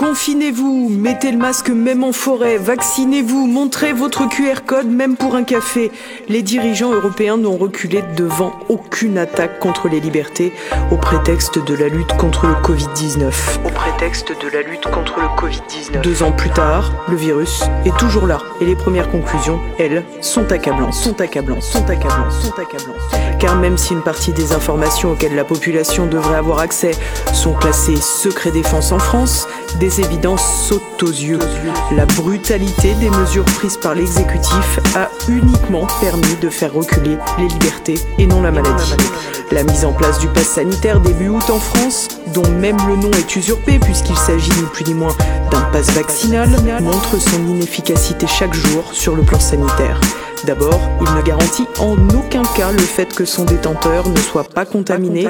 Confinez-vous, mettez le masque même en forêt, vaccinez-vous, montrez votre QR code même pour un café. Les dirigeants européens n'ont reculé devant aucune attaque contre les libertés au prétexte de la lutte contre le Covid-19. 2 ans plus tard, le virus est toujours là et les premières conclusions, elles, sont accablantes. Car même si une partie des informations auxquelles la population devrait avoir accès sont classées secret défense en France, des évidences sautent aux yeux. La brutalité des mesures prises par l'exécutif a uniquement permis de faire reculer les libertés et non la maladie. La mise en place du pass sanitaire début août en France, dont même le nom est usurpé puisqu'il s'agit ni plus ni moins d'un pass vaccinal, montre son inefficacité chaque jour sur le plan sanitaire. D'abord, il ne garantit en aucun cas le fait que son détenteur ne soit pas contaminé.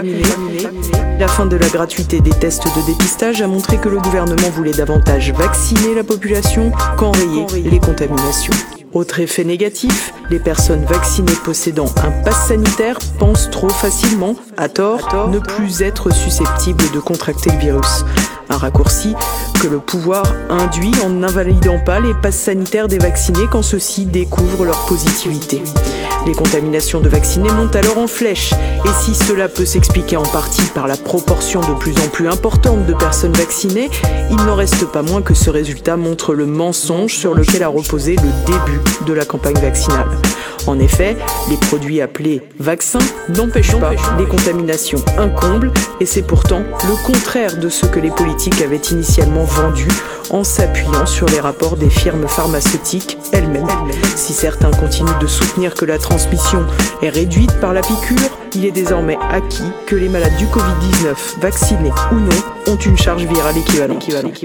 La fin de la gratuité des tests de dépistage a montré que le gouvernement voulait davantage vacciner la population qu'enrayer les contaminations. Autre effet négatif, les personnes vaccinées possédant un pass sanitaire pensent trop facilement, à tort, ne plus être susceptibles de contracter le virus. Un raccourci que le pouvoir induit en n'invalidant pas les passes sanitaires des vaccinés quand ceux-ci découvrent leur positivité. Les contaminations de vaccinés montent alors en flèche, et si cela peut s'expliquer en partie par la proportion de plus en plus importante de personnes vaccinées, il n'en reste pas moins que ce résultat montre le mensonge sur lequel a reposé le début de la campagne vaccinale. En effet, les produits appelés vaccins n'empêchent pas les contaminations, un comble, et c'est pourtant le contraire de ce que les politiques avaient initialement vendu en s'appuyant sur les rapports des firmes pharmaceutiques elles-mêmes. Si certains continuent de soutenir que la transmission est réduite par la piqûre, il est désormais acquis que les malades du Covid-19, vaccinés ou non, ont une charge virale équivalente.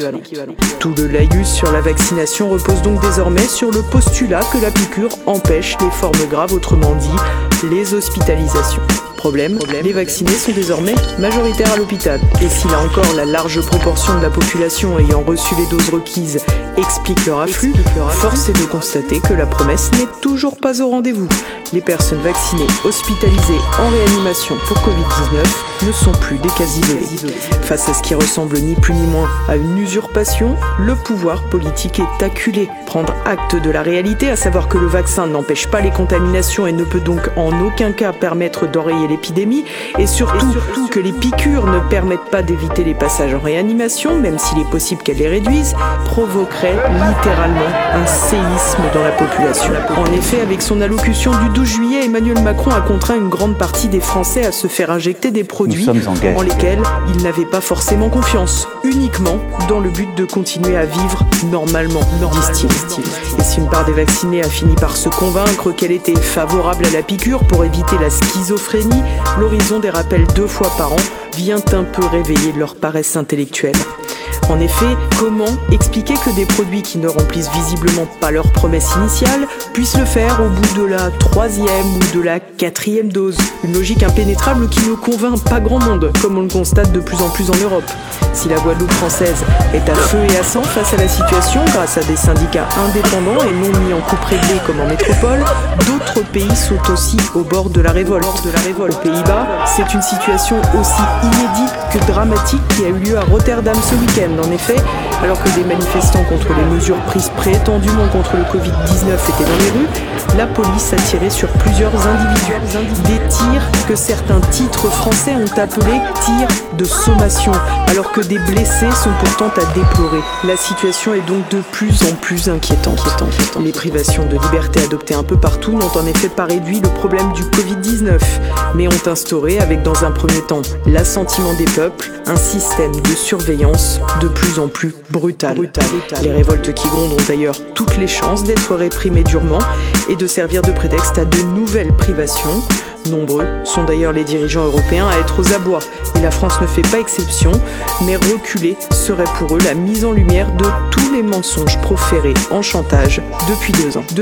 Tout le laïus sur la vaccination repose donc désormais sur le postulat que la piqûre empêche les formes graves, autrement dit, les hospitalisations. Problème, les vaccinés sont désormais majoritaires à l'hôpital. Et si là encore la large proportion de la population ayant reçu les doses requises explique leur afflux, force est de constater que la promesse n'est toujours pas au rendez-vous. Les personnes vaccinées hospitalisées en réanimation pour Covid-19 ne sont plus des cas isolés. Face à ce qui ressemble ni plus ni moins à une usurpation, le pouvoir politique est acculé. Prendre acte de la réalité, à savoir que le vaccin n'empêche pas les contaminations et ne peut donc en aucun cas permettre d'enrayer l'épidémie, et surtout que les piqûres ne permettent pas d'éviter les passages en réanimation, même s'il est possible qu'elles les réduisent, provoquerait littéralement un séisme dans la population. En effet, avec son allocution du 12 juillet, Emmanuel Macron a contraint une grande partie des Français à se faire injecter des produits en lesquels ils n'avaient pas forcément confiance, uniquement dans le but de continuer à vivre normalement, disent-ils. Et si une part des vaccinés a fini par se convaincre qu'elle était favorable à la piqûre pour éviter la schizophrénie, l'horizon des rappels 2 fois par an vient un peu réveiller leur paresse intellectuelle. En effet, comment expliquer que des produits qui ne remplissent visiblement pas leur promesse initiale puissent le faire au bout de la 3e ou de la 4e dose? Une logique impénétrable qui ne convainc pas grand monde, comme on le constate de plus en plus en Europe. Si la Guadeloupe française est à feu et à sang face à la situation, grâce à des syndicats indépendants et non mis en coupe réglée comme en métropole, d'autres pays sont aussi au bord de la révolte. Aux Pays-Bas, c'est une situation aussi inédite que dramatique qui a eu lieu à Rotterdam ce week-end. En effet, alors que des manifestants contre les mesures prises prétendument contre le Covid-19 étaient dans les rues, la police a tiré sur plusieurs individus. Des tirs que certains titres français ont appelés tirs de sommation, alors que des blessés sont pourtant à déplorer. La situation est donc de plus en plus inquiétante. Les privations de liberté adoptées un peu partout n'ont en effet pas réduit le problème du Covid-19, mais ont instauré, avec dans un premier temps l'assentiment des peuples, un système de surveillance de plus en plus brutal. Les révoltes qui grondent ont d'ailleurs toutes les chances d'être réprimées durement et de servir de prétexte à de nouvelles privations. Nombreux sont d'ailleurs les dirigeants européens à être aux abois, et la France ne fait pas exception, mais reculer serait pour eux la mise en lumière de tous les mensonges proférés en chantage depuis 2 ans.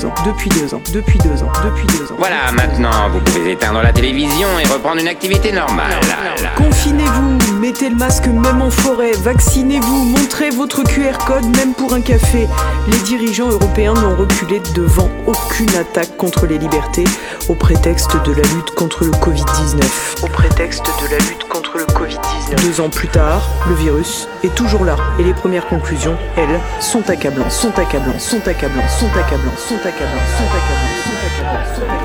Voilà, maintenant vous pouvez éteindre la télévision et reprendre une activité normale. Confinez-vous, mettez le masque même en forêt, vaccinez-vous, montrez votre QR code même pour un café. Les dirigeants européens n'ont reculé devant aucune attaque contre les libertés au prétexte de de la lutte contre le Covid-19. Au prétexte de la lutte contre le Covid-19. 2 ans plus tard, le virus est toujours là. Et les premières conclusions, elles, sont accablantes, sont accablantes, sont accablantes, sont accablantes, sont accablantes, sont accablantes, sont accablantes, sont accablantes.